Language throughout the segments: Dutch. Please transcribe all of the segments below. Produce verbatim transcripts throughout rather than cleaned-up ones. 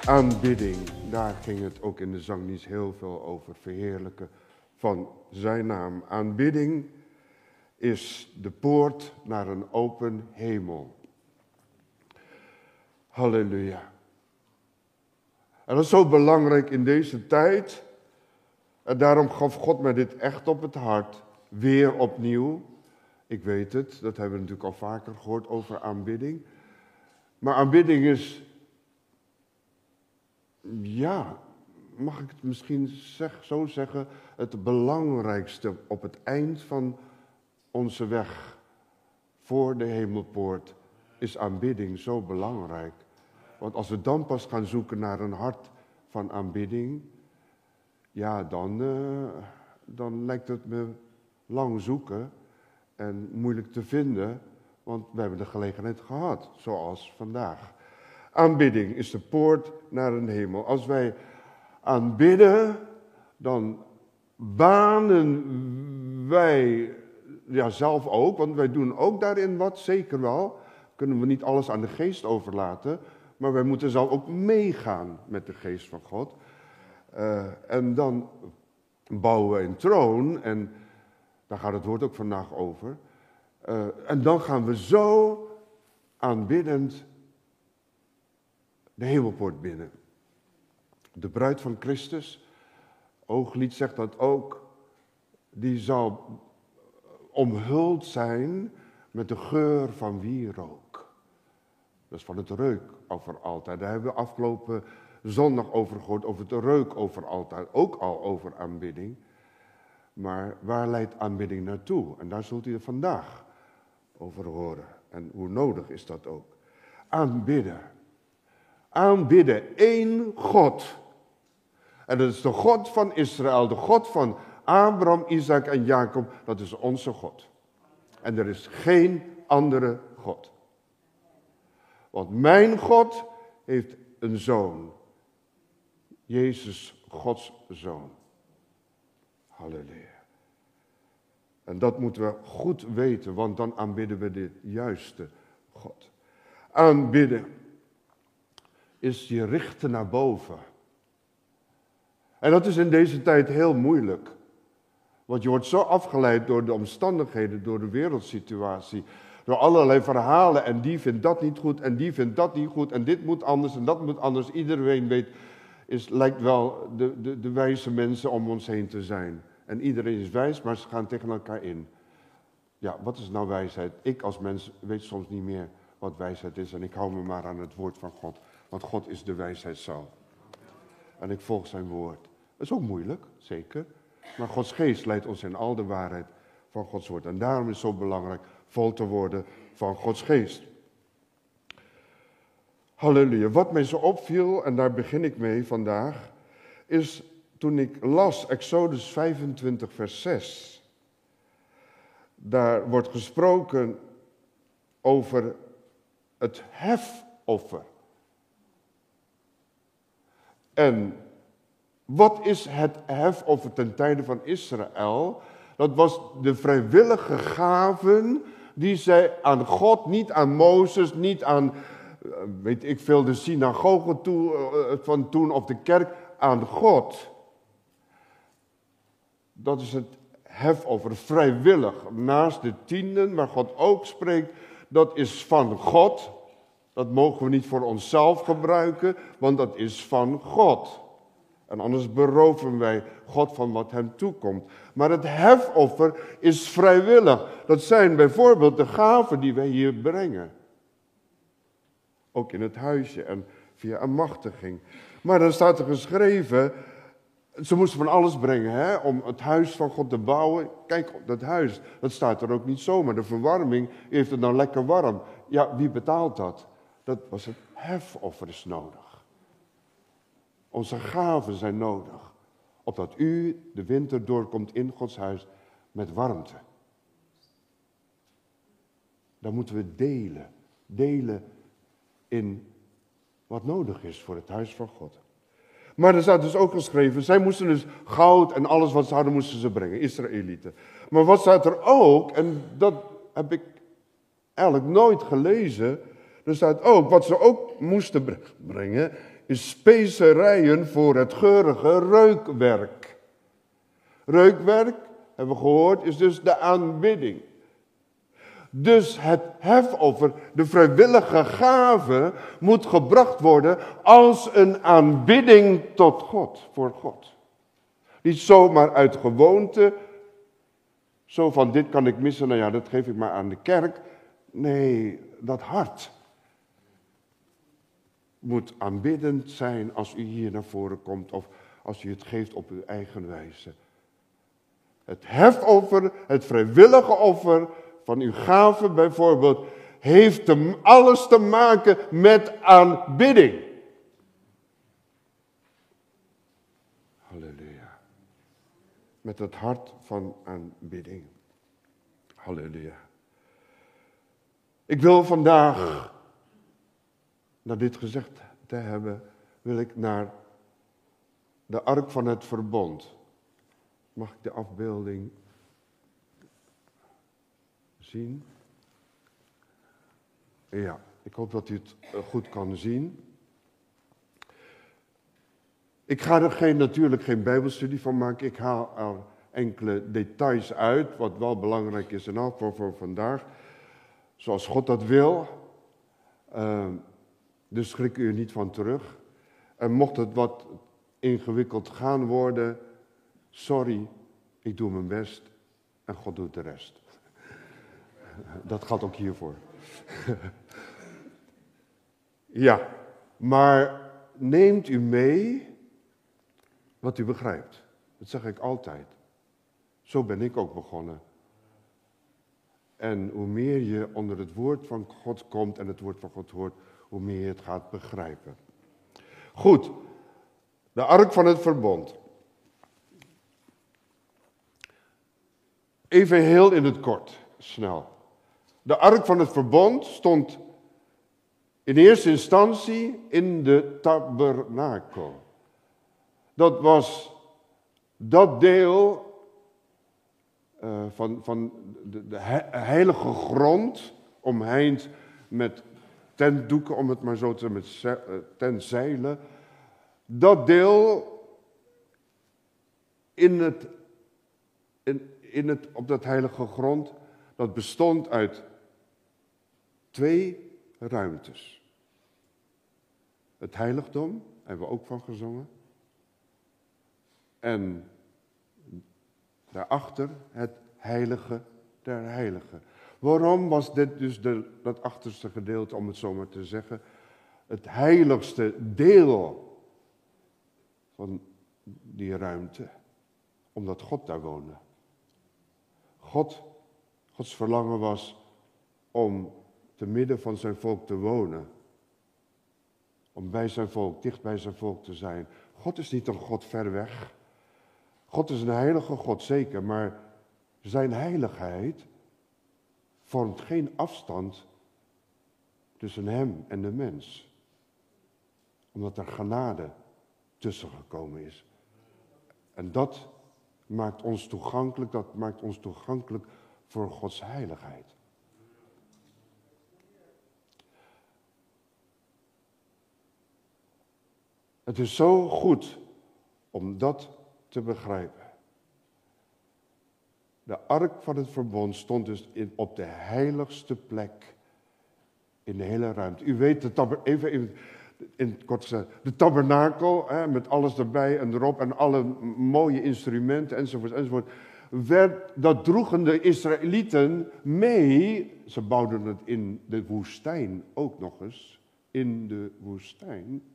Aanbidding, daar ging het ook in de zangdienst heel veel over. Verheerlijken van zijn naam. Aanbidding is de poort naar een open hemel. Halleluja. En dat is zo belangrijk in deze tijd. En daarom gaf God mij dit echt op het hart. Weer opnieuw. Ik weet het, dat hebben we natuurlijk al vaker gehoord over aanbidding. Maar aanbidding is, ja, mag ik het misschien zeg, zo zeggen, het belangrijkste op het eind van onze weg voor de hemelpoort is aanbidding zo belangrijk. Want als we dan pas gaan zoeken naar een hart van aanbidding, ja, dan, uh, dan lijkt het me lang zoeken en moeilijk te vinden, want we hebben de gelegenheid gehad, zoals vandaag. Aanbidding is de poort naar een hemel. Als wij aanbidden, dan banen wij, ja zelf ook, want wij doen ook daarin wat, zeker wel. Kunnen we niet alles aan de geest overlaten, maar wij moeten zelf ook meegaan met de geest van God. Uh, en dan bouwen we een troon, en daar gaat het woord ook vandaag over. Uh, en dan gaan we zo aanbiddend de hemelpoort binnen. De bruid van Christus, Ooglied zegt dat ook, die zal omhuld zijn met de geur van wierook. Dat is van het reukofferaltaar. Daar hebben we afgelopen zondag over gehoord, over het reukofferaltaar. Ook al over aanbidding. Maar waar leidt aanbidding naartoe? En daar zult u er vandaag over horen. En hoe nodig is dat ook? Aanbidden. Aanbidden één God. En dat is de God van Israël, de God van Abraham, Isaac en Jacob. Dat is onze God. En er is geen andere God. Want mijn God heeft een zoon. Jezus, Gods zoon. Halleluja. En dat moeten we goed weten, want dan aanbidden we de juiste God. Aanbidden is je richten naar boven. En dat is in deze tijd heel moeilijk. Want je wordt zo afgeleid door de omstandigheden, door de wereldsituatie. Door allerlei verhalen en die vindt dat niet goed en die vindt dat niet goed en dit moet anders en dat moet anders. Iedereen weet, is, lijkt wel de, de, de wijze mensen om ons heen te zijn. En iedereen is wijs, maar ze gaan tegen elkaar in. Ja, wat is nou wijsheid? Ik als mens weet soms niet meer wat wijsheid is en ik hou me maar aan het woord van God. Want God is de wijsheid zelf. En ik volg zijn woord. Dat is ook moeilijk, zeker. Maar Gods geest leidt ons in al de waarheid van Gods woord. En daarom is het zo belangrijk vol te worden van Gods geest. Halleluja. Wat mij zo opviel, en daar begin ik mee vandaag, is toen ik las Exodus vijfentwintig vers zes. Daar wordt gesproken over het hefoffer. En wat is het hefoffer ten tijde van Israël? Dat was de vrijwillige gaven die zij aan God, niet aan Mozes, niet aan, weet ik veel, de synagoge toe, van toen of de kerk, aan God. Dat is het hefoffer, vrijwillig. Naast de tienden, waar God ook spreekt, dat is van God. Dat mogen we niet voor onszelf gebruiken, want dat is van God. En anders beroven wij God van wat hem toekomt. Maar het hefoffer is vrijwillig. Dat zijn bijvoorbeeld de gaven die wij hier brengen. Ook in het huisje en via een machtiging. Maar dan staat er geschreven, ze moesten van alles brengen, hè, om het huis van God te bouwen. Kijk, dat huis, dat staat er ook niet zomaar. De verwarming, u heeft het nou lekker warm. Ja, wie betaalt dat? Dat was het hefoffer is nodig. Onze gaven zijn nodig, opdat u de winter doorkomt in Gods huis met warmte. Dan moeten we delen, delen in wat nodig is voor het huis van God. Maar er staat dus ook geschreven, zij moesten dus goud en alles wat ze hadden moesten ze brengen, Israëlieten. Maar wat staat er ook, en dat heb ik eigenlijk nooit gelezen, er staat ook, wat ze ook moesten brengen, is specerijen voor het geurige reukwerk. Reukwerk, hebben we gehoord, is dus de aanbidding. Dus het hefoffer, de vrijwillige gave, moet gebracht worden als een aanbidding tot God, voor God. Niet zomaar uit gewoonte, zo van dit kan ik missen, nou ja, dat geef ik maar aan de kerk. Nee, dat hart moet aanbiddend zijn als u hier naar voren komt of als u het geeft op uw eigen wijze. Het hefoffer, het vrijwillige offer van uw gave bijvoorbeeld, heeft te, alles te maken met aanbidding. Halleluja. Met het hart van aanbidding. Halleluja. Ik wil vandaag, na dit gezegd te hebben, wil ik naar de ark van het verbond. Mag ik de afbeelding zien? Ja, ik hoop dat u het goed kan zien. Ik ga er geen, natuurlijk geen bijbelstudie van maken. Ik haal er enkele details uit, wat wel belangrijk is en ook voor, voor vandaag. Zoals God dat wil. Uh, dus schrik u er niet van terug. En mocht het wat ingewikkeld gaan worden, sorry, ik doe mijn best en God doet de rest. Dat gaat ook hiervoor. Ja, maar neemt u mee wat u begrijpt. Dat zeg ik altijd. Zo ben ik ook begonnen. En hoe meer je onder het woord van God komt en het woord van God hoort, hoe meer je het gaat begrijpen. Goed, de ark van het verbond. Even heel in het kort, snel. De ark van het verbond stond in eerste instantie in de tabernakel. Dat was dat deel uh, van, van de, de heilige grond, omheind met tentdoeken, om het maar zo te zeggen, met ze, uh, tentzeilen. Dat deel in het, in, in het, op dat heilige grond, dat bestond uit twee ruimtes. Het heiligdom, hebben we ook van gezongen. En daarachter het heilige der heiligen. Waarom was dit dus de, dat achterste gedeelte, om het zo maar te zeggen, het heiligste deel van die ruimte? Omdat God daar woonde. God, Gods verlangen was om te midden van zijn volk te wonen. Om bij zijn volk, dicht bij zijn volk te zijn. God is niet een God ver weg. God is een heilige God, zeker, maar zijn heiligheid vormt geen afstand tussen hem en de mens. Omdat er genade tussen gekomen is. En dat maakt ons toegankelijk, dat maakt ons toegankelijk voor Gods heiligheid. Het is zo goed om dat te begrijpen. De ark van het verbond stond dus in, op de heiligste plek in de hele ruimte. U weet, de taber, even in, in het kort gezegd, de tabernakel, hè, met alles erbij en erop en alle mooie instrumenten enzovoort, enzovoort. Werd, dat droegen de Israëlieten mee, ze bouwden het in de woestijn ook nog eens, in de woestijn,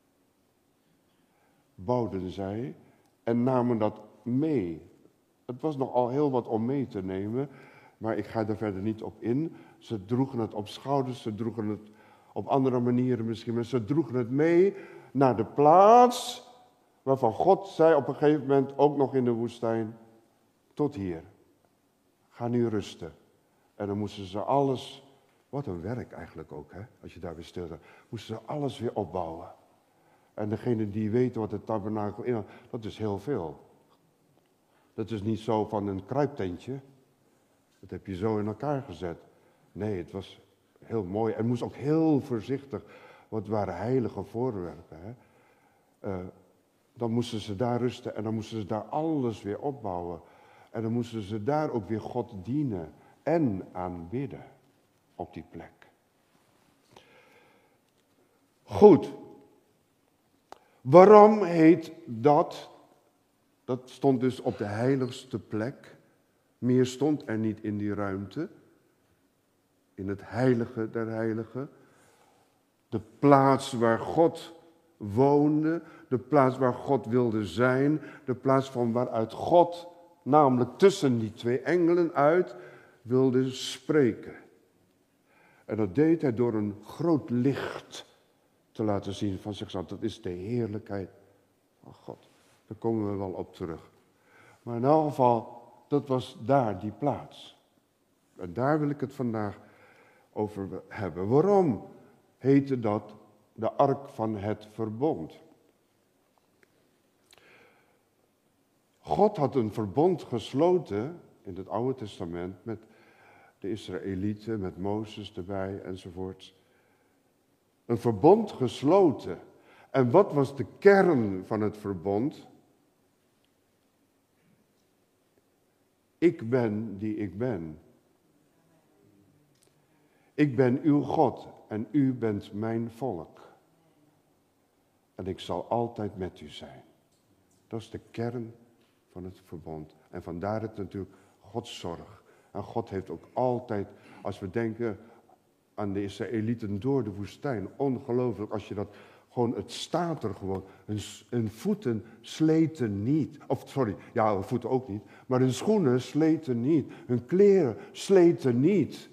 bouwden zij en namen dat mee. Het was nogal heel wat om mee te nemen, maar ik ga daar verder niet op in. Ze droegen het op schouders, ze droegen het op andere manieren misschien, maar ze droegen het mee naar de plaats waarvan God zei op een gegeven moment, ook nog in de woestijn, tot hier. Ga nu rusten. En dan moesten ze alles, wat een werk eigenlijk ook, hè, als je daar weer stil staat, moesten ze alles weer opbouwen. En degene die weten wat het tabernakel inhoudt, dat is heel veel. Dat is niet zo van een kruiptentje. Dat heb je zo in elkaar gezet. Nee, het was heel mooi. En moest ook heel voorzichtig wat waren heilige voorwerpen. Hè? Uh, dan moesten ze daar rusten en dan moesten ze daar alles weer opbouwen. En dan moesten ze daar ook weer God dienen en aanbidden op die plek. Goed. Waarom heet dat? Dat stond dus op de heiligste plek. Meer stond er niet in die ruimte. In het heilige der heiligen. De plaats waar God woonde. De plaats waar God wilde zijn. De plaats van waaruit God, namelijk tussen die twee engelen uit, wilde spreken. En dat deed hij door een groot licht te laten zien van zichzelf. Dat is de heerlijkheid van God. Daar komen we wel op terug. Maar in elk geval, dat was daar die plaats. En daar wil ik het vandaag over hebben. Waarom heette dat de ark van het verbond? God had een verbond gesloten in het Oude Testament met de Israëlieten, met Mozes erbij enzovoort. Een verbond gesloten. En wat was de kern van het verbond? Ik ben die ik ben. Ik ben uw God en u bent mijn volk. En ik zal altijd met u zijn. Dat is de kern van het verbond. En vandaar het natuurlijk Gods zorg. En God heeft ook altijd, als we denken aan de Israëlieten door de woestijn, ongelooflijk, als je dat gewoon, het staat er gewoon, hun, hun voeten sleten niet. Of sorry, ja, hun voeten ook niet, maar hun schoenen sleten niet. Hun kleren sleten niet.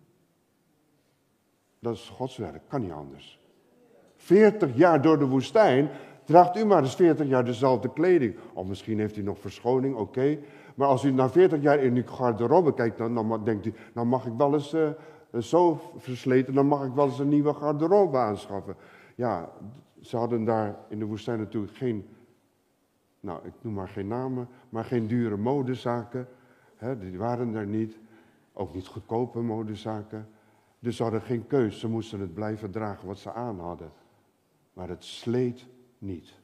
Dat is Gods werk, kan niet anders. veertig jaar door de woestijn, draagt u maar eens veertig jaar dezelfde kleding. Of misschien heeft u nog verschoning, oké. Okay. Maar als u na veertig jaar in uw garderobe kijkt, dan, dan denkt u, nou mag ik wel eens uh, zo versleten, dan mag ik wel eens een nieuwe garderobe aanschaffen. Ja, ze hadden daar in de woestijn natuurlijk geen, nou ik noem maar geen namen, maar geen dure modezaken. Hè, die waren er niet. Ook niet goedkope modezaken. Dus ze hadden geen keus, ze moesten het blijven dragen wat ze aan hadden. Maar het sleet niet.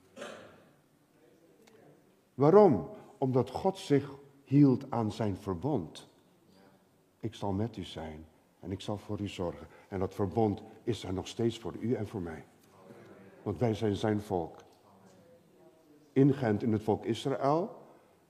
Waarom? Omdat God zich hield aan zijn verbond. Ik zal met u zijn en ik zal voor u zorgen. En dat verbond is er nog steeds voor u en voor mij. Want wij zijn zijn volk. Ingeënt in het volk Israël.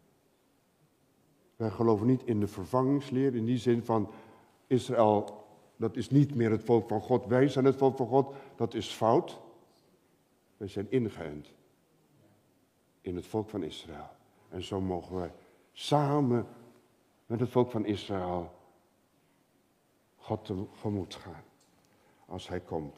Wij geloven niet in de vervangingsleer, in die zin van Israël, dat is niet meer het volk van God. Wij zijn het volk van God, dat is fout. Wij zijn ingeënt in het volk van Israël. En zo mogen wij samen met het volk van Israël God tegemoet gaan als hij komt.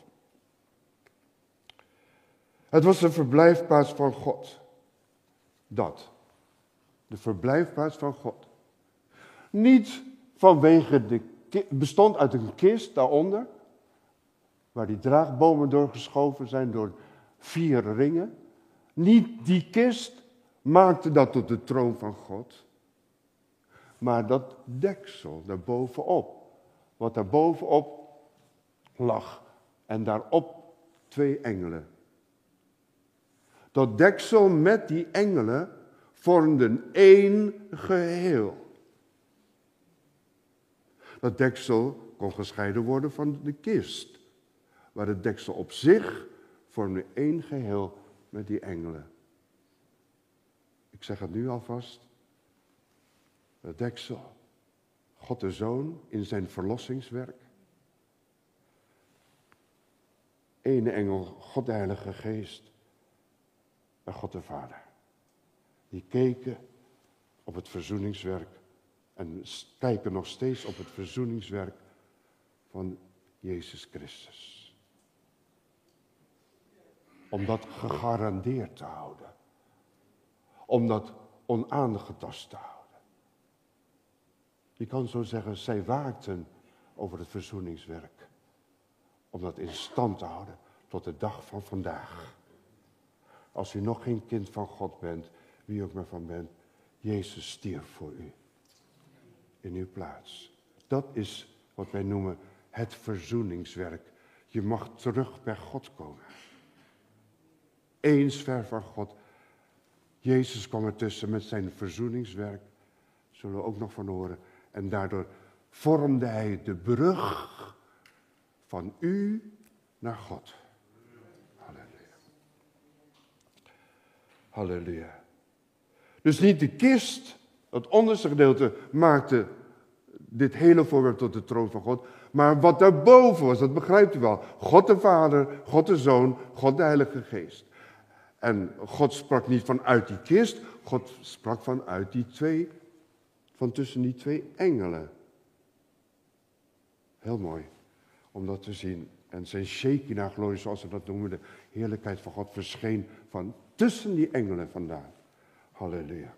Het was de verblijfplaats van God. Dat. De verblijfplaats van God. Niet vanwege de kist, bestond uit een kist daaronder, waar die draagbomen doorgeschoven zijn door vier ringen. Niet die kist maakte dat tot de troon van God, maar dat deksel daarbovenop. Wat daarbovenop lag en daarop twee engelen. Dat deksel met die engelen vormden één geheel. Dat deksel kon gescheiden worden van de kist. Maar het deksel op zich vormde één geheel met die engelen. Ik zeg het nu alvast. Het deksel. God de Zoon in zijn verlossingswerk. Ene engel, God de Heilige Geest. En God de Vader. Die keken op het verzoeningswerk. En kijken nog steeds op het verzoeningswerk van Jezus Christus. Om dat gegarandeerd te houden. Om dat onaangetast te houden. Je kan zo zeggen, zij waakten over het verzoeningswerk. Om dat in stand te houden tot de dag van vandaag. Als u nog geen kind van God bent, wie ook maar van bent, Jezus stierf voor u. In uw plaats. Dat is wat wij noemen het verzoeningswerk. Je mag terug bij God komen. Eens ver van God. Jezus kwam ertussen met zijn verzoeningswerk. Zullen we ook nog van horen. En daardoor vormde hij de brug van u naar God. Halleluja. Halleluja. Dus niet de kist, het onderste gedeelte, maakte dit hele voorwerp tot de troon van God. Maar wat daarboven was, dat begrijpt u wel. God de Vader, God de Zoon, God de Heilige Geest. En God sprak niet vanuit die kist, God sprak vanuit die twee, van tussen die twee engelen. Heel mooi om dat te zien. En zijn Shekinah glorie, zoals we dat noemen, de heerlijkheid van God verscheen van tussen die engelen vandaan. Halleluja.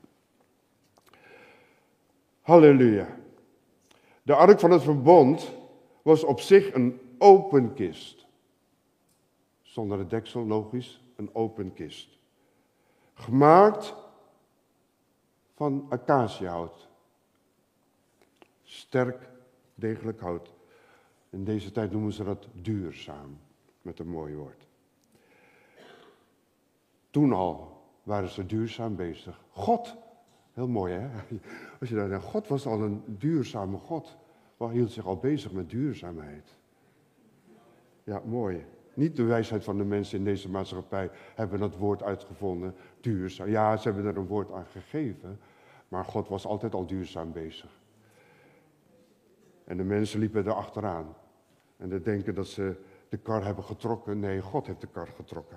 Halleluja. De ark van het verbond was op zich een open kist. Zonder het deksel, logisch, een open kist. Gemaakt van acaciahout. Sterk, degelijk hout. In deze tijd noemen ze dat duurzaam, met een mooi woord. Toen al waren ze duurzaam bezig. God, heel mooi hè. Als je daar denkt, God was al een duurzame God. Hij hield zich al bezig met duurzaamheid. Ja, mooi. Niet de wijsheid van de mensen in deze maatschappij hebben dat woord uitgevonden, duurzaam. Ja, ze hebben er een woord aan gegeven, maar God was altijd al duurzaam bezig. En de mensen liepen er achteraan. En ze denken dat ze de kar hebben getrokken. Nee, God heeft de kar getrokken.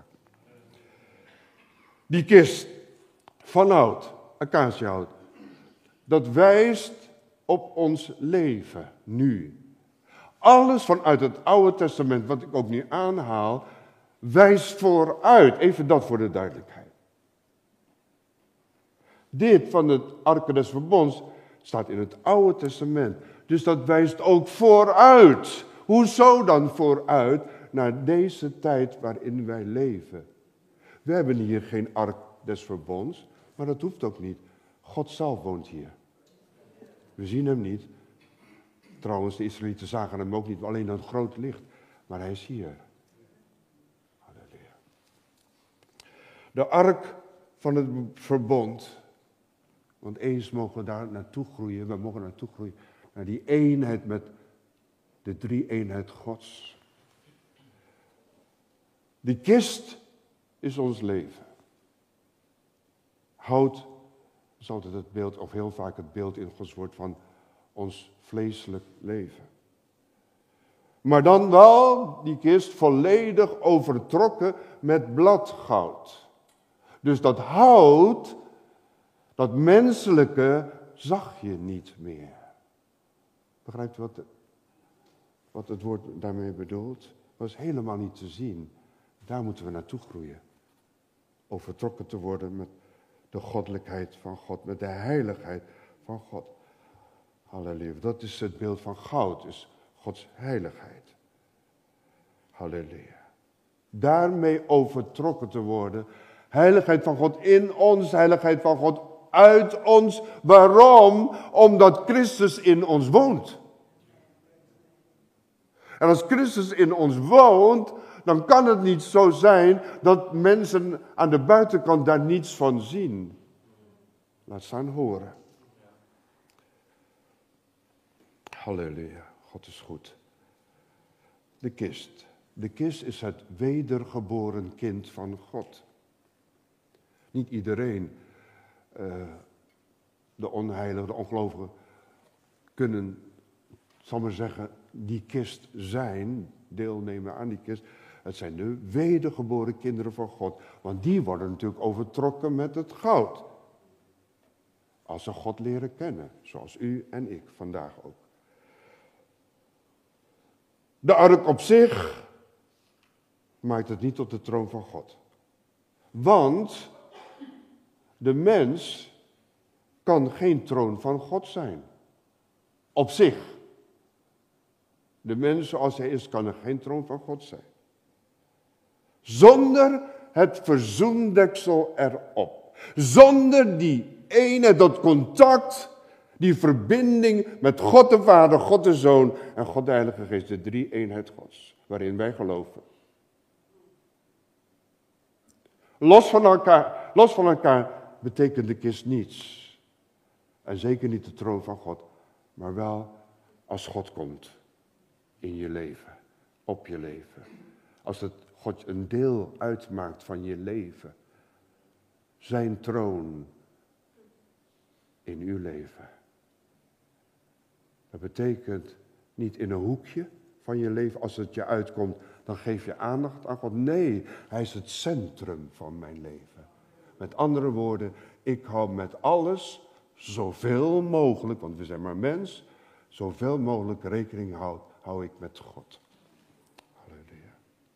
Die kist van hout, acaciahout, dat wijst op ons leven nu. Alles vanuit het Oude Testament, wat ik ook nu aanhaal, wijst vooruit. Even dat voor de duidelijkheid. Dit van het Ark des Verbonds staat in het Oude Testament. Dus dat wijst ook vooruit. Hoezo dan vooruit? Naar deze tijd waarin wij leven. We hebben hier geen Ark des Verbonds, maar dat hoeft ook niet. God zelf woont hier. We zien hem niet. Trouwens, de Israëlieten zagen hem ook niet, alleen een groot licht. Maar hij is hier. Halleluja. De ark van het verbond. Want eens mogen we daar naartoe groeien. We mogen naartoe groeien. Naar die eenheid met de drie-eenheid Gods. Die kist is ons leven. Hout is altijd het beeld, of heel vaak het beeld in Gods woord van ons vleeselijk leven. Maar dan wel die kist volledig overtrokken met bladgoud. Dus dat hout, dat menselijke, zag je niet meer. Begrijpt u wat, wat het woord daarmee bedoelt? Was helemaal niet te zien. Daar moeten we naartoe groeien. Overtrokken te worden met de goddelijkheid van God, met de heiligheid van God. Halleluja. Dat is het beeld van goud, is Gods heiligheid. Halleluja. Daarmee overtrokken te worden. Heiligheid van God in ons, heiligheid van God uit ons. Waarom? Omdat Christus in ons woont. En als Christus in ons woont, dan kan het niet zo zijn dat mensen aan de buitenkant daar niets van zien. Laat staan horen. Halleluja, God is goed. De kist. De kist is het wedergeboren kind van God. Niet iedereen, uh, de onheiligen, de ongelovigen, kunnen, zal maar zeggen, die kist zijn, deelnemen aan die kist. Het zijn de wedergeboren kinderen van God. Want die worden natuurlijk overtrokken met het goud. Als ze God leren kennen, zoals u en ik vandaag ook. De ark op zich maakt het niet tot de troon van God. Want de mens kan geen troon van God zijn. Op zich. De mens zoals hij is, kan er geen troon van God zijn. Zonder het verzoendeksel erop. Zonder die ene, dat contact, die verbinding met God de Vader, God de Zoon en God de Heilige Geest, de drie-eenheid Gods. waarin wij geloven. Los van elkaar, los van elkaar betekent de kist niets. En zeker niet de troon van God, maar wel als God komt in je leven, op je leven. Als het God een deel uitmaakt van je leven. Zijn troon in uw leven. Dat betekent niet in een hoekje van je leven, als het je uitkomt, dan geef je aandacht aan God. Nee, hij is het centrum van mijn leven. Met andere woorden, ik hou met alles zoveel mogelijk, want we zijn maar mens, zoveel mogelijk rekening hou, hou ik met God. Halleluja.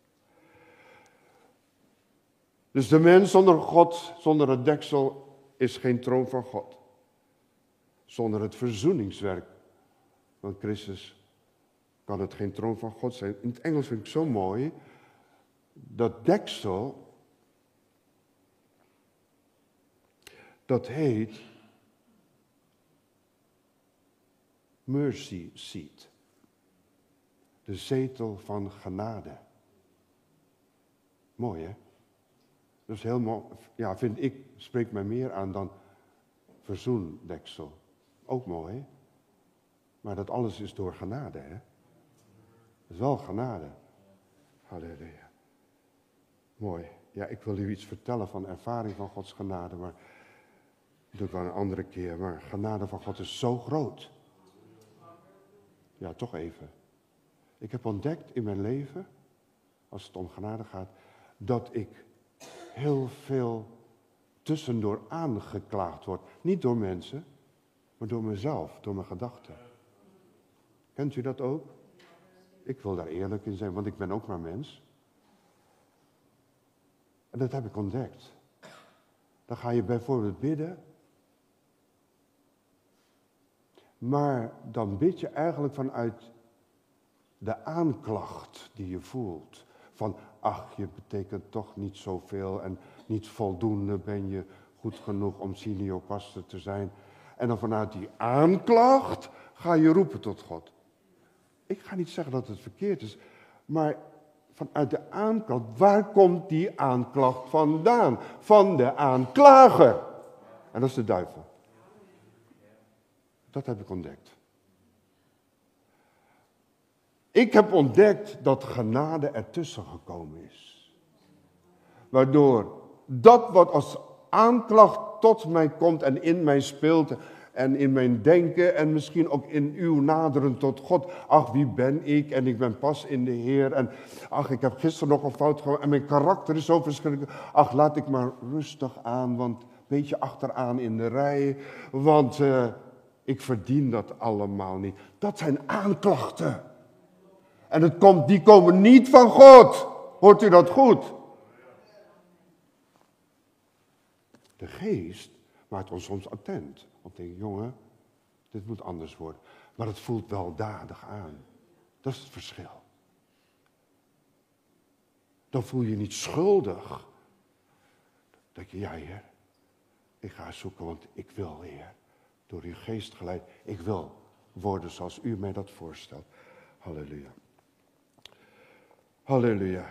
Dus de mens zonder God, zonder het deksel, is geen troon van God. Zonder het verzoeningswerk van Christus kan het geen troon van God zijn. In het Engels vind ik zo mooi, dat deksel, dat heet mercy seat. De zetel van genade. Mooi, hè? Dat is heel mooi. Ja, vind ik, spreekt mij meer aan dan verzoendeksel. Ook mooi, hè? Maar dat alles is door genade, hè? Dat is wel genade. Halleluja. Mooi. Ja, ik wil u iets vertellen van ervaring van Gods genade, maar dat doe ik wel een andere keer. Maar genade van God is zo groot. Ja, toch even. Ik heb ontdekt in mijn leven, als het om genade gaat, dat ik heel veel tussendoor aangeklaagd word. Niet door mensen, maar door mezelf, door mijn gedachten. Kent u dat ook? Ik wil daar eerlijk in zijn, want ik ben ook maar mens. En dat heb ik ontdekt. Dan ga je bijvoorbeeld bidden. Maar dan bid je eigenlijk vanuit de aanklacht die je voelt. Van, ach, je betekent toch niet zoveel en niet voldoende ben je goed genoeg om seniorpastor te zijn. En dan vanuit die aanklacht ga je roepen tot God. Ik ga niet zeggen dat het verkeerd is, maar vanuit de aanklacht, waar komt die aanklacht vandaan? Van de aanklager. En dat is de duivel. Dat heb ik ontdekt. Ik heb ontdekt dat genade ertussen gekomen is. Waardoor dat wat als aanklacht tot mij komt en in mij speelt en in mijn denken en misschien ook in uw naderen tot God. Ach, wie ben ik en ik ben pas in de Heer en ach, ik heb gisteren nog een fout gemaakt en mijn karakter is zo verschrikkelijk. Ach, laat ik maar rustig aan, want een beetje achteraan in de rij, want uh, ik verdien dat allemaal niet. Dat zijn aanklachten. En het komt, die komen niet van God. Hoort u dat goed? De geest maakt ons soms attent. Want denk, jongen, dit moet anders worden. Maar het voelt weldadig aan. Dat is het verschil. Dan voel je je niet schuldig. Dan denk je, ja Heer, ik ga zoeken, want ik wil, Heer, door uw geest geleid, ik wil worden zoals u mij dat voorstelt. Halleluja. Halleluja.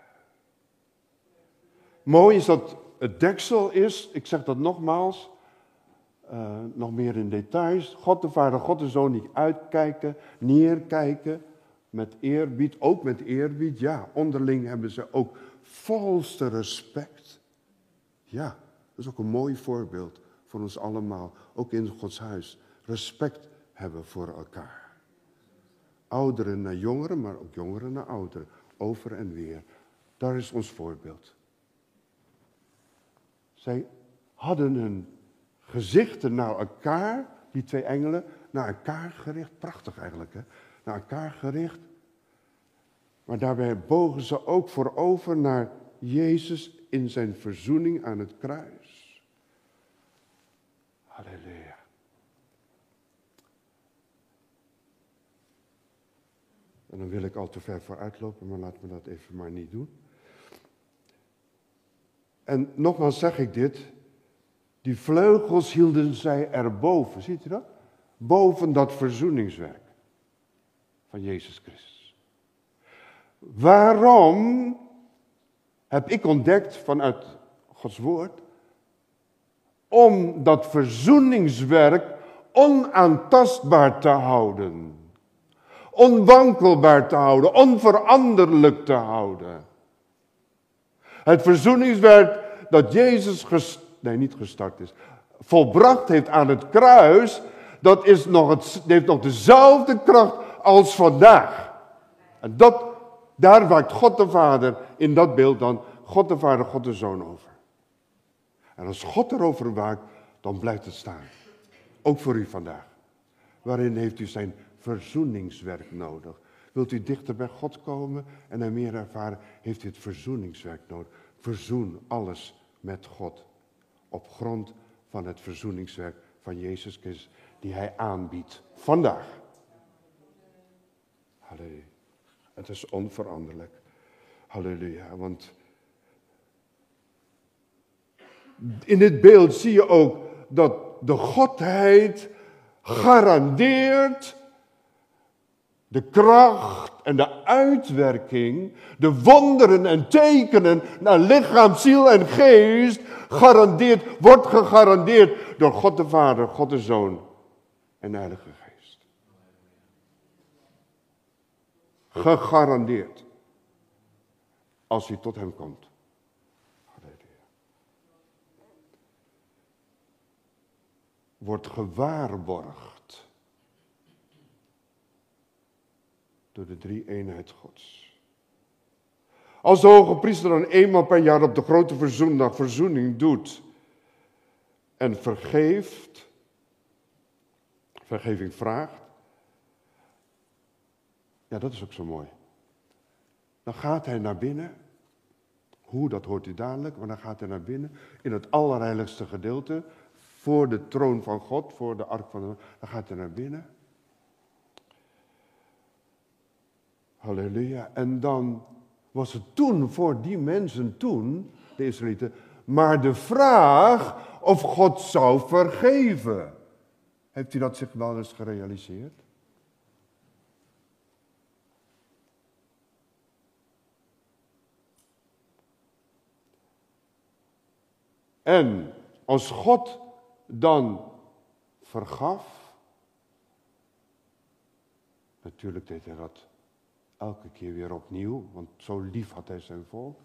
Mooi is dat het deksel is, ik zeg dat nogmaals, uh, nog meer in details. God de Vader, God de Zoon niet uitkijken, neerkijken, met eerbied, ook met eerbied. Ja, onderling hebben ze ook volste respect. Ja, dat is ook een mooi voorbeeld voor ons allemaal, ook in Gods huis. Respect hebben voor elkaar. Ouderen naar jongeren, maar ook jongeren naar ouderen. Over en weer. Daar is ons voorbeeld. Zij hadden hun gezichten naar elkaar, die twee engelen, naar elkaar gericht. Prachtig eigenlijk, hè? Naar elkaar gericht. Maar daarbij bogen ze ook voorover naar Jezus in zijn verzoening aan het kruis. Halleluja. En dan wil ik al te ver vooruit lopen, maar laat me dat even maar niet doen. En nogmaals zeg ik dit, die vleugels hielden zij erboven, ziet u dat? Boven dat verzoeningswerk van Jezus Christus. Waarom heb ik ontdekt vanuit Gods woord? Om dat verzoeningswerk onaantastbaar te houden. Onwankelbaar te houden, onveranderlijk te houden. Het verzoeningswerk dat Jezus, gest- nee niet gestart is, volbracht heeft aan het kruis, dat is nog het, heeft nog dezelfde kracht als vandaag. En dat, daar waakt God de Vader in dat beeld dan, God de Vader, God de Zoon over. En als God erover waakt, dan blijft het staan. Ook voor u vandaag. Waarin heeft u zijn verzoeningswerk nodig? Wilt u dichter bij God komen en hem meer ervaren, heeft u het verzoeningswerk nodig. Verzoen alles met God. Op grond van het verzoeningswerk van Jezus Christus, die hij aanbiedt. Vandaag. Halleluja. Het is onveranderlijk. Halleluja. Want in dit beeld zie je ook dat de Godheid garandeert de kracht en de uitwerking, de wonderen en tekenen naar lichaam, ziel en geest, garandeert, wordt gegarandeerd door God de Vader, God de Zoon en de Heilige Geest. Gegarandeerd. Als u tot hem komt. Wordt gewaarborgd door de drie-eenheid Gods. Als de hoge priester dan eenmaal per jaar op de grote verzoendag verzoening doet en vergeeft, vergeving vraagt, ja, dat is ook zo mooi. Dan gaat hij naar binnen. Hoe, dat hoort u dadelijk, maar dan gaat hij naar binnen in het allerheiligste gedeelte, voor de troon van God, voor de ark van de... Dan gaat hij naar binnen. Halleluja. En dan was het toen voor die mensen toen, de Israëlieten, maar de vraag of God zou vergeven. Heeft u dat zich wel eens gerealiseerd? En als God dan vergaf, natuurlijk deed hij dat elke keer weer opnieuw, want zo lief had hij zijn volk.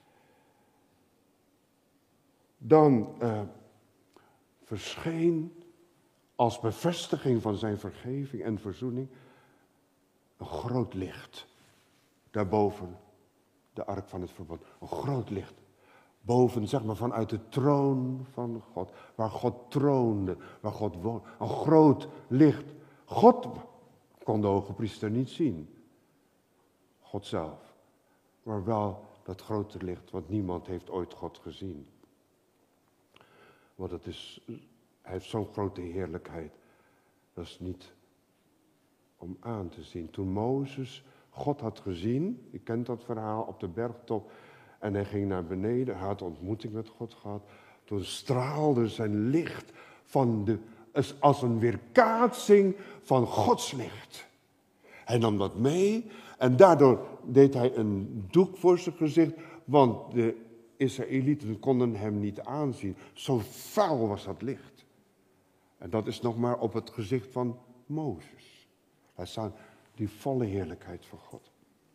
Dan uh, verscheen als bevestiging van zijn vergeving en verzoening een groot licht. Daarboven de ark van het verbond. Een groot licht. Boven, zeg maar, vanuit de troon van God. Waar God troonde, waar God woonde. Een groot licht. God kon de hoge priester niet zien. God zelf. Maar wel dat grote licht, want niemand heeft ooit God gezien. Want het is, hij heeft zo'n grote heerlijkheid. Dat is niet om aan te zien. Toen Mozes God had gezien, je kent dat verhaal, op de bergtop. En hij ging naar beneden, hij had ontmoeting met God gehad. Toen straalde zijn licht van de, als een weerkaatsing van Gods licht. Hij nam dat mee en daardoor deed hij een doek voor zijn gezicht, want de Israëlieten konden hem niet aanzien. Zo vuil was dat licht. En dat is nog maar op het gezicht van Mozes. Hij zag die volle heerlijkheid van God.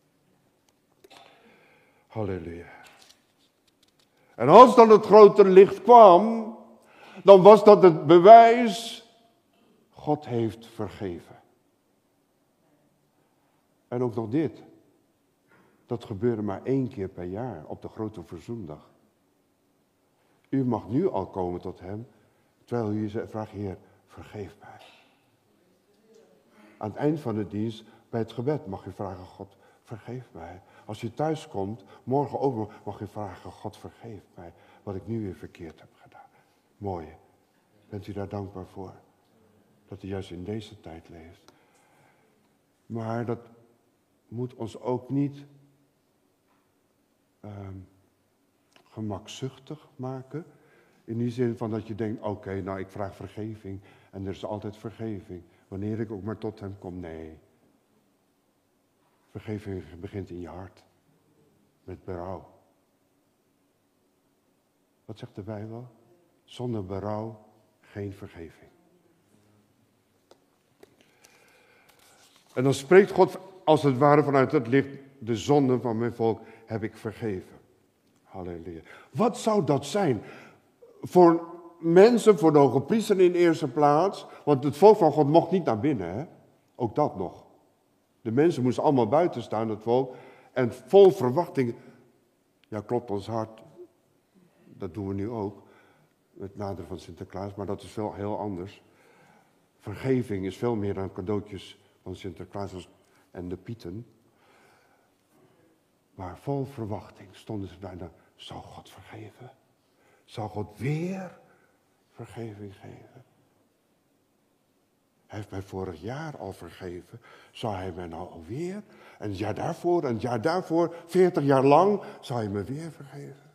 Halleluja. En als dan het grote licht kwam, dan was dat het bewijs, God heeft vergeven. En ook nog dit, dat gebeurde maar één keer per jaar op de grote verzoendag. U mag nu al komen tot hem, terwijl u je vraagt, Heer, vergeef mij. Aan het eind van de dienst, bij het gebed, mag u vragen, God, vergeef mij. Als je thuis komt, morgen over, mag je vragen, God, vergeef mij, wat ik nu weer verkeerd heb gedaan. Mooi. Bent u daar dankbaar voor? Dat u juist in deze tijd leeft. Maar dat moet ons ook niet uh, gemakzuchtig maken. In die zin van dat je denkt, oké, okay, nou ik vraag vergeving en er is altijd vergeving. Wanneer ik ook maar tot hem kom, nee. Vergeving begint in je hart. Met berouw. Wat zegt de Bijbel? Zonder berouw geen vergeving. En dan spreekt God als het ware vanuit het licht: de zonden van mijn volk heb ik vergeven. Halleluja. Wat zou dat zijn? Voor mensen, voor de hoge priester in eerste plaats. Want het volk van God mocht niet naar binnen. Hè? Ook dat nog. De mensen moesten allemaal buiten staan, het volk. En vol verwachting. Ja, klopt ons hart. Dat doen we nu ook. Het naderen van Sinterklaas. Maar dat is wel heel anders. Vergeving is veel meer dan cadeautjes van Sinterklaas en de Pieten. Maar vol verwachting stonden ze bijna: zou God vergeven? Zou God weer vergeving geven? Hij heeft mij vorig jaar al vergeven. Zou hij mij nou alweer? En het jaar daarvoor, en het jaar daarvoor, veertig jaar lang, zou hij me weer vergeven?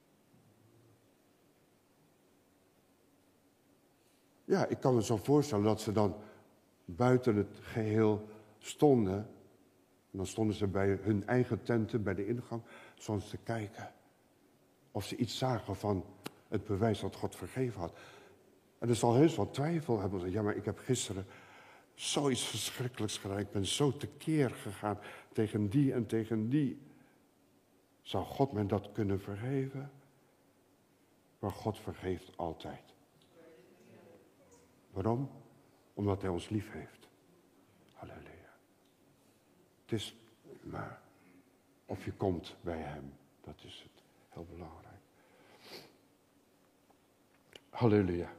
Ja, ik kan me zo voorstellen dat ze dan buiten het geheel stonden. En dan stonden ze bij hun eigen tenten, bij de ingang, soms te kijken. Of ze iets zagen van het bewijs dat God vergeven had. En er zal heus wat twijfel hebben. Ja, maar ik heb gisteren zoiets verschrikkelijks gedaan. Ik ben zo tekeer gegaan tegen die en tegen die. Zou God mij dat kunnen vergeven? Maar God vergeeft altijd. Waarom? Omdat hij ons lief heeft. Halleluja. Het is maar of je komt bij hem. Dat is het. Heel belangrijk. Halleluja.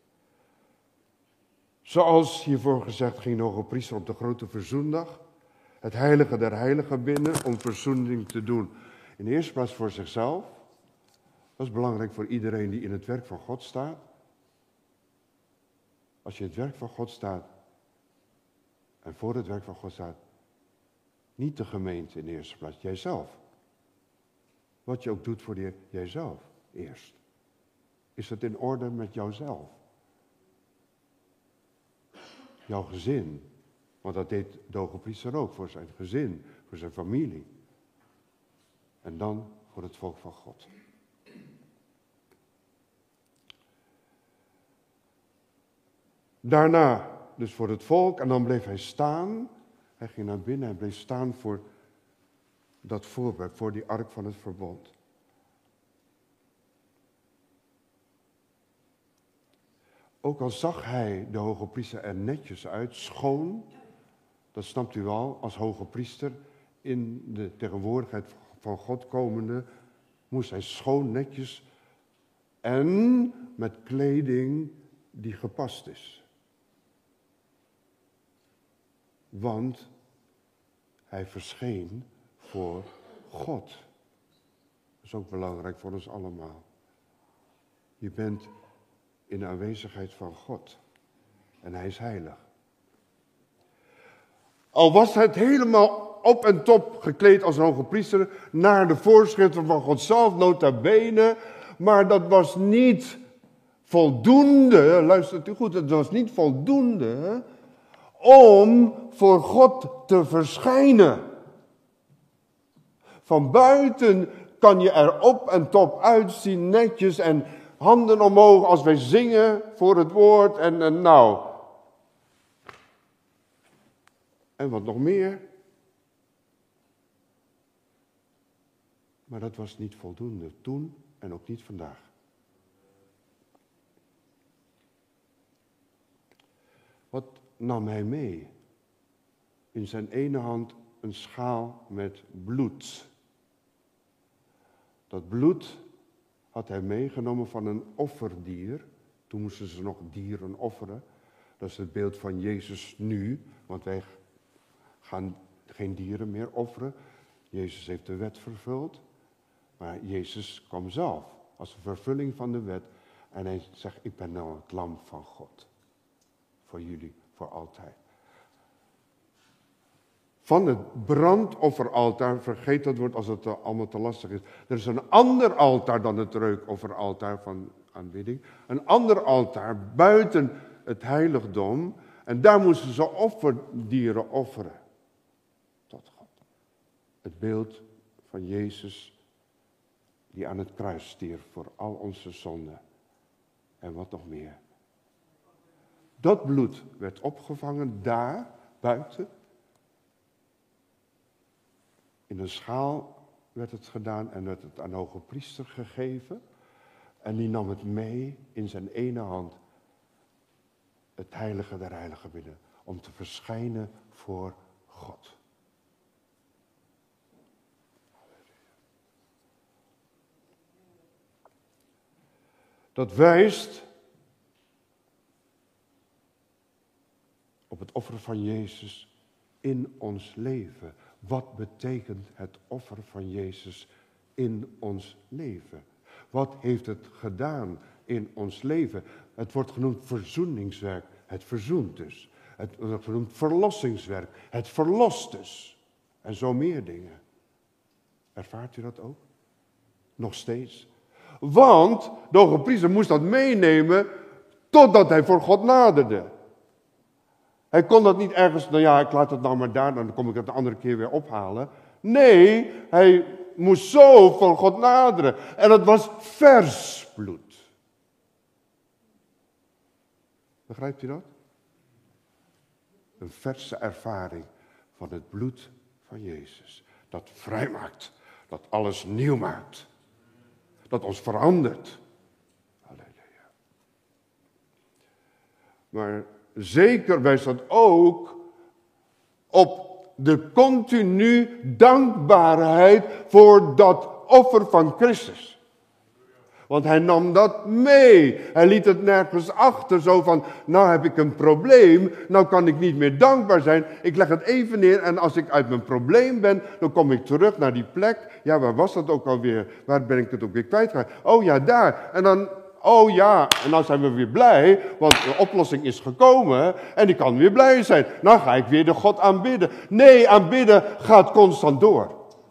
Zoals hiervoor gezegd ging de hoge priester op de grote verzoendag het heilige der heiligen binnen om verzoening te doen. In de eerste plaats voor zichzelf. Dat is belangrijk voor iedereen die in het werk van God staat. Als je in het werk van God staat en voor het werk van God staat, niet de gemeente in de eerste plaats, jijzelf. Wat je ook doet voor die, jijzelf eerst. Is het in orde met jouzelf? Jouw gezin. Want dat deed de hoge priester ook voor zijn gezin, voor zijn familie. En dan voor het volk van God. Daarna dus voor het volk en dan bleef hij staan. Hij ging naar binnen en bleef staan voor dat voorwerp, voor die ark van het verbond. Ook al zag hij de hoge priester er netjes uit, schoon, dat snapt u wel, als hoge priester in de tegenwoordigheid van God komende, moest hij schoon, netjes en met kleding die gepast is. Want hij verscheen voor God. Dat is ook belangrijk voor ons allemaal. Je bent in de aanwezigheid van God. En hij is heilig. Al was het helemaal op en top gekleed als een hoge priester, naar de voorschriften van God zelf, nota bene, maar dat was niet voldoende, luistert u goed, het was niet voldoende om voor God te verschijnen. Van buiten kan je er op en top uitzien, netjes en handen omhoog als wij zingen voor het woord en, en nou. En wat nog meer. Maar dat was niet voldoende toen en ook niet vandaag. Wat nam hij mee? In zijn ene hand een schaal met bloed. Dat bloed had hij meegenomen van een offerdier. Toen moesten ze nog dieren offeren. Dat is het beeld van Jezus nu, want wij gaan geen dieren meer offeren. Jezus heeft de wet vervuld, maar Jezus kwam zelf als een vervulling van de wet. En hij zegt, ik ben nou het lam van God. Voor jullie, voor altijd. Van het brandofferaltaar, vergeet dat woord als het allemaal te lastig is. Er is een ander altaar dan het reukofferaltaar van aanbidding. Een ander altaar buiten het heiligdom. En daar moesten ze offerdieren offeren. Tot God. Het beeld van Jezus die aan het kruis stierf voor al onze zonden. En wat nog meer. Dat bloed werd opgevangen daar, buiten. In een schaal werd het gedaan en werd het aan de hoge priester gegeven. En die nam het mee in zijn ene hand. Het heilige der heiligen binnen. Om te verschijnen voor God. Dat wijst op het offer van Jezus in ons leven. Wat betekent het offer van Jezus in ons leven? Wat heeft het gedaan in ons leven? Het wordt genoemd verzoeningswerk. Het verzoent dus. Het wordt genoemd verlossingswerk. Het verlost dus. En zo meer dingen. Ervaart u dat ook? Nog steeds? Want de hoge priester moest dat meenemen totdat hij voor God naderde. Hij kon dat niet ergens, nou ja, ik laat het nou maar daar, dan kom ik het de andere keer weer ophalen. Nee, hij moest zo voor God naderen. En dat was vers bloed. Begrijpt u dat? Een verse ervaring van het bloed van Jezus. Dat vrijmaakt, dat alles nieuw maakt. Dat ons verandert. Halleluja. Maar zeker wijst dat ook op de continu dankbaarheid voor dat offer van Christus. Want hij nam dat mee. Hij liet het nergens achter. Zo van, nou heb ik een probleem. Nou kan ik niet meer dankbaar zijn. Ik leg het even neer. En als ik uit mijn probleem ben, dan kom ik terug naar die plek. Ja, waar was dat ook alweer? Waar ben ik het ook weer kwijtgeraakt? Oh ja, daar. En dan, oh ja. En dan zijn we weer blij. Want de oplossing is gekomen. En ik kan weer blij zijn. Dan ga ik weer de God aanbidden. Nee, aanbidden gaat constant door.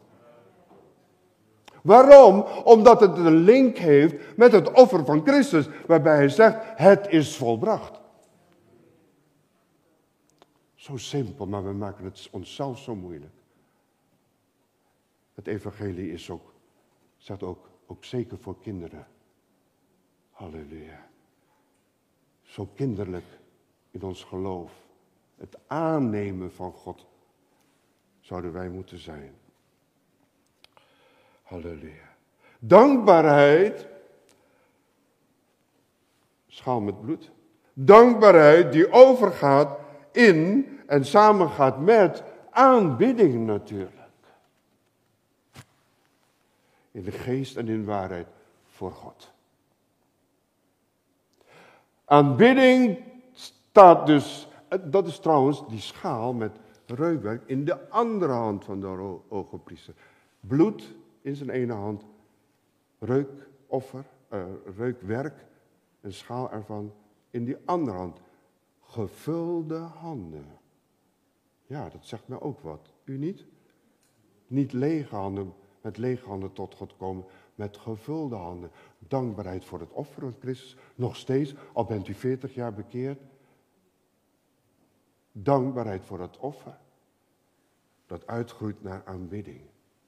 Waarom? Omdat het een link heeft met het offer van Christus. Waarbij hij zegt, het is volbracht. Zo simpel, maar we maken het onszelf zo moeilijk. Het evangelie is ook, zegt ook, ook zeker voor kinderen. Halleluja. Zo kinderlijk in ons geloof. Het aannemen van God zouden wij moeten zijn. Halleluja. Dankbaarheid, schaal met bloed. Dankbaarheid die overgaat in en samengaat met aanbidding natuurlijk. In de geest en in waarheid voor God. Aanbidding staat dus, dat is trouwens die schaal met reukwerk in de andere hand van de hoge priester. Bloed in zijn ene hand, reukoffer, uh, reukwerk, een schaal ervan in die andere hand. Gevulde handen. Ja, dat zegt mij ook wat. U niet? Niet lege handen, met lege handen tot God komen, met gevulde handen. Dankbaarheid voor het offer van Christus, nog steeds, al bent u veertig jaar bekeerd. Dankbaarheid voor het offer, dat uitgroeit naar aanbidding.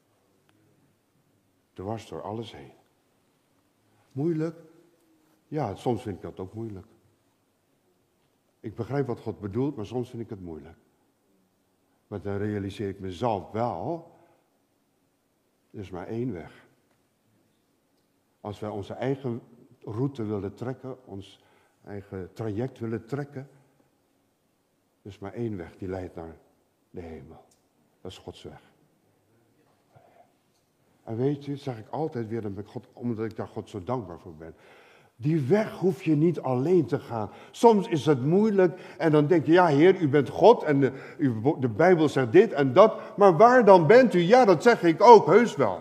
Dwars door alles heen. Moeilijk? Ja, soms vind ik dat ook moeilijk. Ik begrijp wat God bedoelt, maar soms vind ik het moeilijk. Maar dan realiseer ik mezelf wel, er is maar één weg. Als wij onze eigen route willen trekken, ons eigen traject willen trekken, er is maar één weg die leidt naar de hemel. Dat is Gods weg. En weet je, zeg ik altijd weer, dan ben ik God, omdat ik daar God zo dankbaar voor ben. Die weg hoef je niet alleen te gaan. Soms is het moeilijk en dan denk je, ja Heer, u bent God en de, u, de Bijbel zegt dit en dat. Maar waar dan bent u? Ja, dat zeg ik ook, heus wel.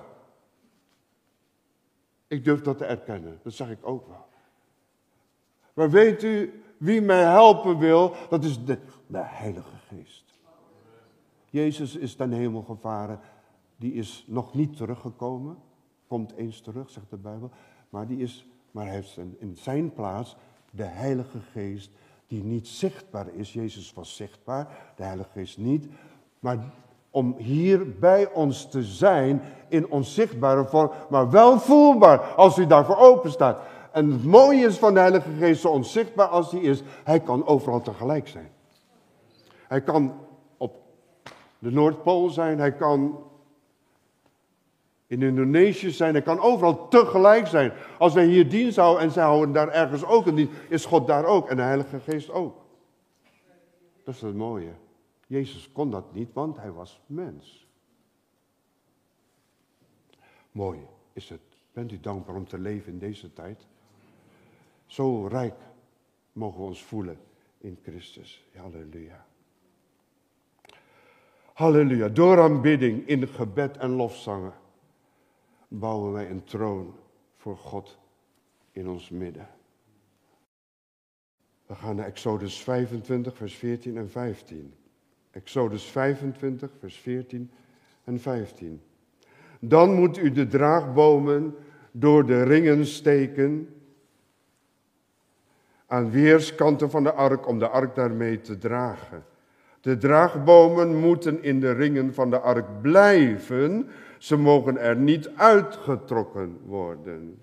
Ik durf dat te erkennen, dat zeg ik ook wel. Maar weet u, wie mij helpen wil, dat is de, de Heilige Geest. Jezus is ten hemel gevaren. Die is nog niet teruggekomen. Komt eens terug, zegt de Bijbel. Maar, die is, maar hij heeft in zijn plaats de Heilige Geest die niet zichtbaar is. Jezus was zichtbaar, de Heilige Geest niet. Maar om hier bij ons te zijn in onzichtbare vorm, maar wel voelbaar als u daarvoor open staat. En het mooie is van de Heilige Geest, zo onzichtbaar als hij is, hij kan overal tegelijk zijn. Hij kan op de Noordpool zijn, hij kan in Indonesië zijn, hij kan overal tegelijk zijn. Als wij hier dienst houden en zij houden daar ergens ook een dienst, is God daar ook en de Heilige Geest ook. Dat is het mooie. Jezus kon dat niet, want hij was mens. Mooi is het. Bent u dankbaar om te leven in deze tijd? Zo rijk mogen we ons voelen in Christus. Halleluja. Halleluja. Door aanbidding in gebed en lofzangen bouwen wij een troon voor God in ons midden. We gaan naar Exodus vijfentwintig, vers veertien en vijftien. Exodus vijfentwintig, vers veertien en vijftien. Dan moet u de draagbomen door de ringen steken aan weerskanten van de ark om de ark daarmee te dragen. De draagbomen moeten in de ringen van de ark blijven. Ze mogen er niet uitgetrokken worden.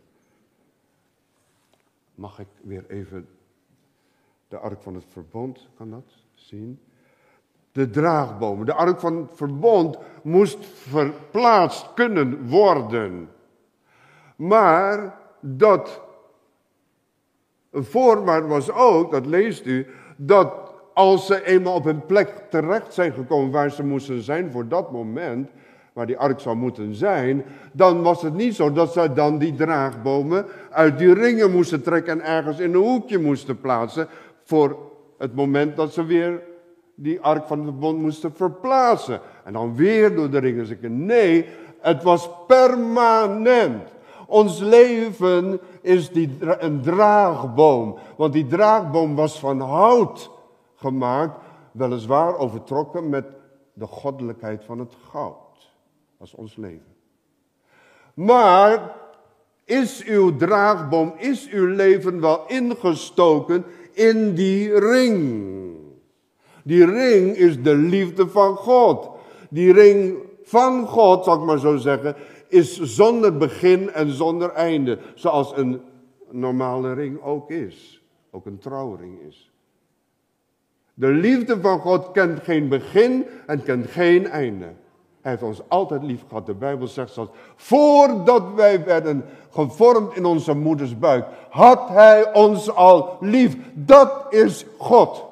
Mag ik weer even de ark van het verbond, kan dat zien? De draagbomen, de ark van het verbond moest verplaatst kunnen worden. Maar dat voorwaarde was ook, dat leest u, dat als ze eenmaal op een plek terecht zijn gekomen waar ze moesten zijn voor dat moment, waar die ark zou moeten zijn, dan was het niet zo dat ze dan die draagbomen uit die ringen moesten trekken en ergens in een hoekje moesten plaatsen voor het moment dat ze weer die ark van het verbond moesten verplaatsen. En dan weer door de ringen zeggen. Nee, het was permanent. Ons leven is die, een draagboom. Want die draagboom was van hout gemaakt. Weliswaar overtrokken met de goddelijkheid van het goud. Dat is ons leven. Maar is uw draagboom, is uw leven wel ingestoken in die ring? Die ring is de liefde van God. Die ring van God, zal ik maar zo zeggen, is zonder begin en zonder einde. Zoals een normale ring ook is. Ook een trouwring is. De liefde van God kent geen begin en kent geen einde. Hij heeft ons altijd lief gehad. De Bijbel zegt zelfs, voordat wij werden gevormd in onze moeders buik, had hij ons al lief. Dat is God.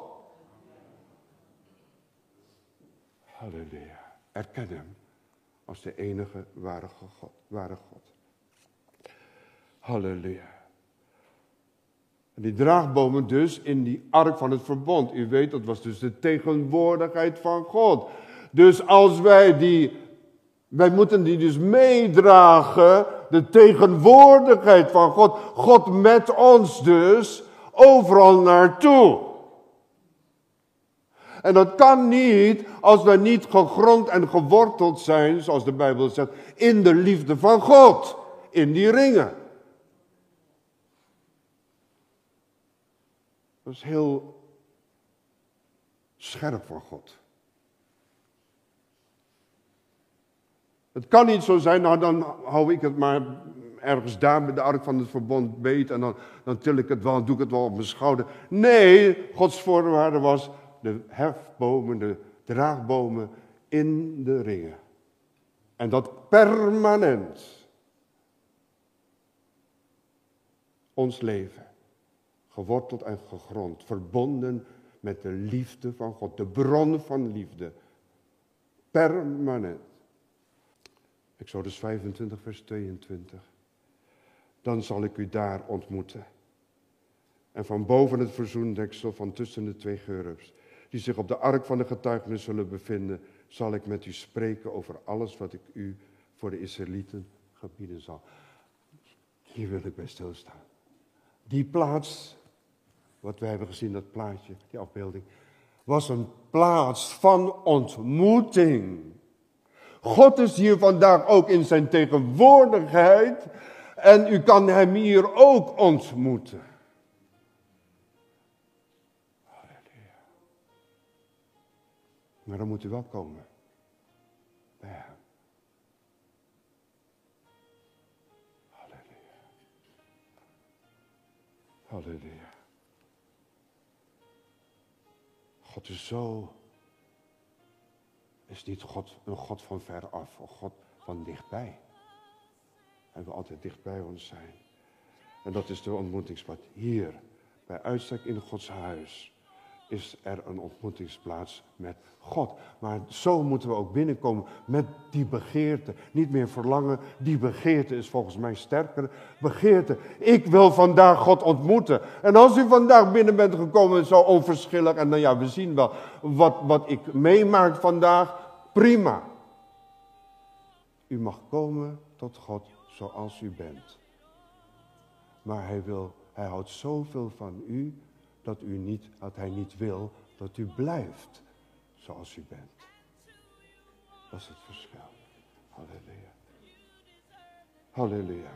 Halleluja. Erken hem als de enige ware God. Ware God. Halleluja. En die draagbomen dus in die ark van het verbond. U weet, dat was dus de tegenwoordigheid van God. Dus als wij die, wij moeten die dus meedragen, de tegenwoordigheid van God. God met ons dus, overal naartoe. En dat kan niet als wij niet gegrond en geworteld zijn, zoals de Bijbel zegt, in de liefde van God. In die ringen. Dat is heel scherp van God. Het kan niet zo zijn, nou dan hou ik het maar ergens daar bij de ark van het verbond beet en dan, dan til ik het wel en doe ik het wel op mijn schouder. Nee, Gods voorwaarde was de hefbomen, de draagbomen in de ringen. En dat permanent. Ons leven, geworteld en gegrond, verbonden met de liefde van God, de bron van liefde. Permanent. Exodus vijfentwintig, vers tweeëntwintig. Dan zal ik u daar ontmoeten. En van boven het verzoendeksel van tussen de twee gerubs, die zich op de ark van de getuigenis zullen bevinden, zal ik met u spreken over alles wat ik u voor de Israëlieten gebieden zal. Hier wil ik bij stilstaan. Die plaats, wat wij hebben gezien, dat plaatje, die afbeelding, was een plaats van ontmoeting. God is hier vandaag ook in zijn tegenwoordigheid en u kan hem hier ook ontmoeten. Halleluja. Maar dan moet u wel komen. God is zo, is niet God, een God van ver af, een God van dichtbij. Hij wil altijd dicht bij ons zijn. En dat is de ontmoetingsplaats. Hier, bij uitstek in Gods huis, is er een ontmoetingsplaats met God. Maar zo moeten we ook binnenkomen met die begeerte. Niet meer verlangen, die begeerte is volgens mij sterker. Begeerte, ik wil vandaag God ontmoeten. En als u vandaag binnen bent gekomen, zo onverschillig. En dan ja, we zien wel wat, wat ik meemaak vandaag. Prima. U mag komen tot God zoals u bent. Maar hij, wil, hij houdt zoveel van u, dat, u niet, dat hij niet wil dat u blijft zoals u bent. Dat is het verschil. Halleluja. Halleluja.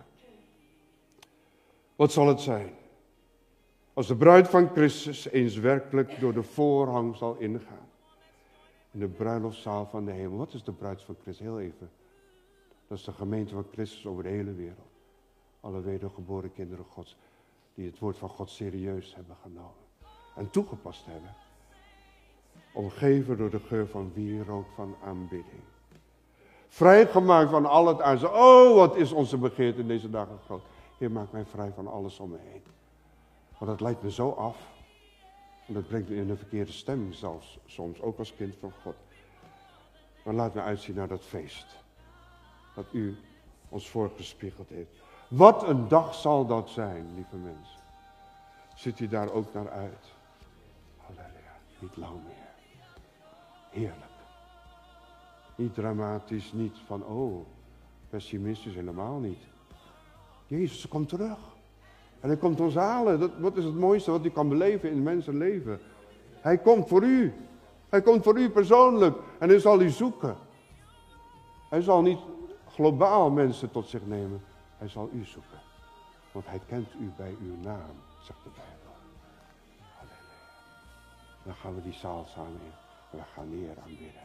Wat zal het zijn? Als de bruid van Christus eens werkelijk door de voorhang zal ingaan. In de bruiloftszaal van de hemel. Wat is de bruid van Christus? Heel even. Dat is de gemeente van Christus over de hele wereld. Alle wedergeboren kinderen Gods. Die het woord van God serieus hebben genomen. En toegepast hebben. Omgeven door de geur van wierook van aanbidding. Vrijgemaakt van al het aanzien. Oh, wat is onze begeerte in deze dagen groot. Heer, maak mij vrij van alles om me heen. Want dat leidt me zo af. En dat brengt me in een verkeerde stemming zelfs. Soms, ook als kind van God. Maar laat me uitzien naar dat feest. Dat u ons voorgespiegeld heeft. Wat een dag zal dat zijn, lieve mensen. Ziet u daar ook naar uit? Halleluja, niet lang meer. Heerlijk. Niet dramatisch, niet van, oh, pessimistisch, helemaal niet. Jezus komt terug. En hij komt ons halen. Dat, wat is het mooiste wat u kan beleven in mensenleven? Hij komt voor u. Hij komt voor u persoonlijk. En hij zal u zoeken. Hij zal niet globaal mensen tot zich nemen. Hij zal u zoeken. Want hij kent u bij uw naam, zegt de Bijbel. Halleluja. Dan gaan we die zaal samen in. En we gaan neer aanbidden.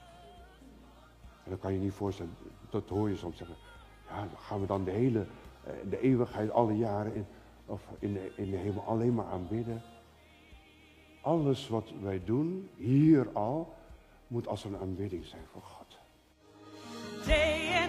En dan kan je niet voorstellen, dat hoor je soms zeggen. Ja, gaan we dan de hele, de eeuwigheid, alle jaren in, of in de, in de hemel alleen maar aanbidden? Alles wat wij doen, hier al, moet als een aanbidding zijn voor God.